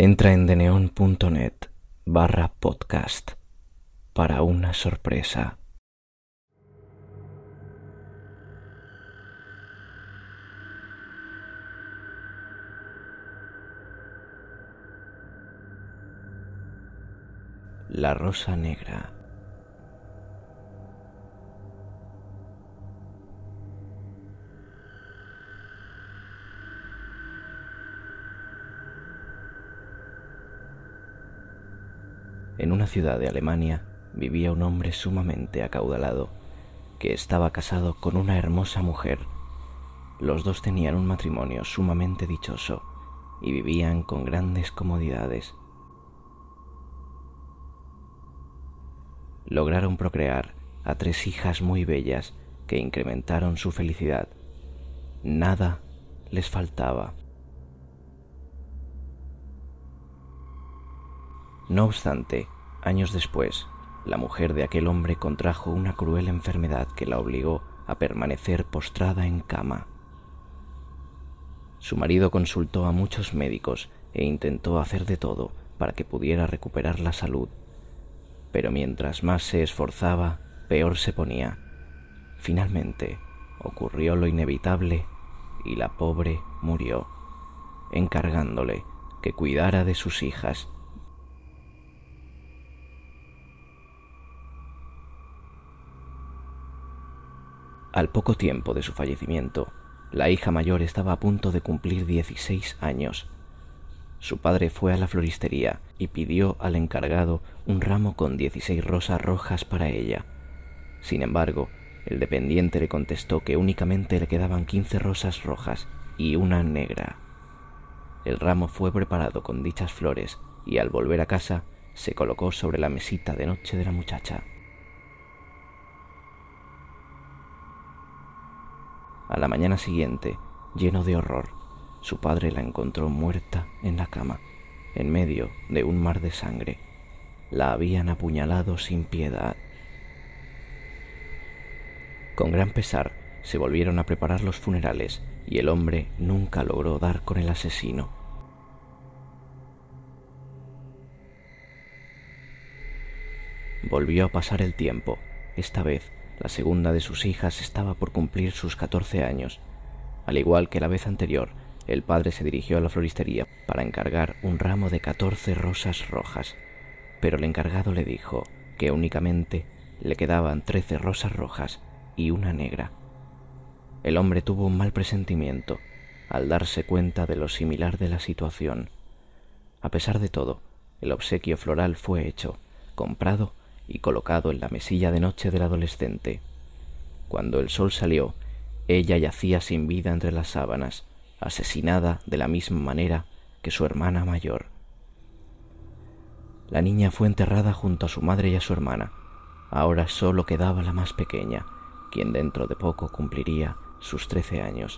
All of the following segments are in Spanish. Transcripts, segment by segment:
Entra en deneon.net/podcast para una sorpresa. La rosa negra. En una ciudad de Alemania vivía un hombre sumamente acaudalado, que estaba casado con una hermosa mujer. Los dos tenían un matrimonio sumamente dichoso y vivían con grandes comodidades. Lograron procrear a 3 hijas muy bellas que incrementaron su felicidad. Nada les faltaba. No obstante, años después, la mujer de aquel hombre contrajo una cruel enfermedad que la obligó a permanecer postrada en cama. Su marido consultó a muchos médicos e intentó hacer de todo para que pudiera recuperar la salud, pero mientras más se esforzaba, peor se ponía. Finalmente, ocurrió lo inevitable y la pobre murió, encargándole que cuidara de sus hijas. Al poco tiempo de su fallecimiento, la hija mayor estaba a punto de cumplir 16 años. Su padre fue a la floristería y pidió al encargado un ramo con 16 rosas rojas para ella. Sin embargo, el dependiente le contestó que únicamente le quedaban 15 rosas rojas y una negra. El ramo fue preparado con dichas flores y al volver a casa se colocó sobre la mesita de noche de la muchacha. A la mañana siguiente, lleno de horror, su padre la encontró muerta en la cama, en medio de un mar de sangre. La habían apuñalado sin piedad. Con gran pesar, se volvieron a preparar los funerales y el hombre nunca logró dar con el asesino. Volvió a pasar el tiempo. Esta vez, la segunda de sus hijas estaba por cumplir sus 14 años. Al igual que la vez anterior, el padre se dirigió a la floristería para encargar un ramo de 14 rosas rojas, pero el encargado le dijo que únicamente le quedaban 13 rosas rojas y una negra. El hombre tuvo un mal presentimiento al darse cuenta de lo similar de la situación. A pesar de todo, el obsequio floral fue hecho, comprado y colocado en la mesilla de noche del adolescente. Cuando el sol salió, ella yacía sin vida entre las sábanas, asesinada de la misma manera que su hermana mayor. La niña fue enterrada junto a su madre y a su hermana. Ahora solo quedaba la más pequeña, quien dentro de poco cumpliría sus 13 años.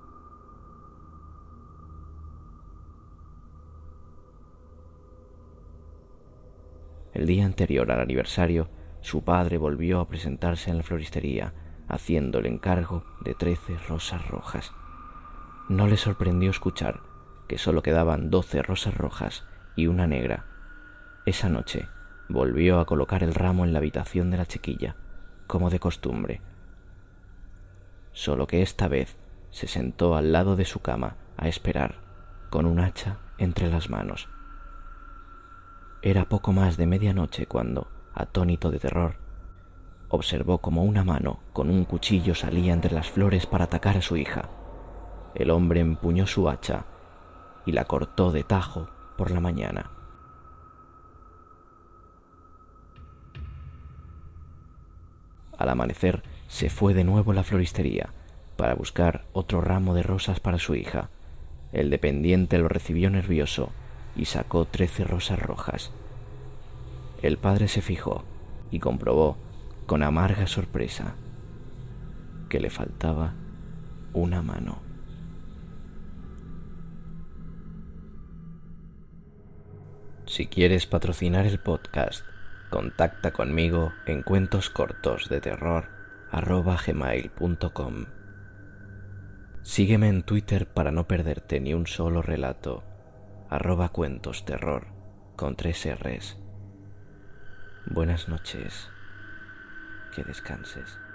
El día anterior al aniversario, su padre volvió a presentarse en la floristería, haciendo el encargo de 13 rosas rojas. No le sorprendió escuchar que solo quedaban 12 rosas rojas y una negra. Esa noche volvió a colocar el ramo en la habitación de la chiquilla, como de costumbre. Solo que esta vez se sentó al lado de su cama a esperar, con un hacha entre las manos. Era poco más de medianoche cuando, atónito de terror, observó como una mano con un cuchillo salía entre las flores para atacar a su hija. El hombre empuñó su hacha y la cortó de tajo por la mañana. Al amanecer se fue de nuevo a la floristería para buscar otro ramo de rosas para su hija. El dependiente lo recibió nervioso y sacó 13 rosas rojas. El padre se fijó y comprobó con amarga sorpresa que le faltaba una mano. Si quieres patrocinar el podcast, contacta conmigo en cuentoscortosdeterror@gmail.com. Sígueme en Twitter para no perderte ni un solo relato. @cuentosterror con 3 Rs. Buenas noches. Que descanses.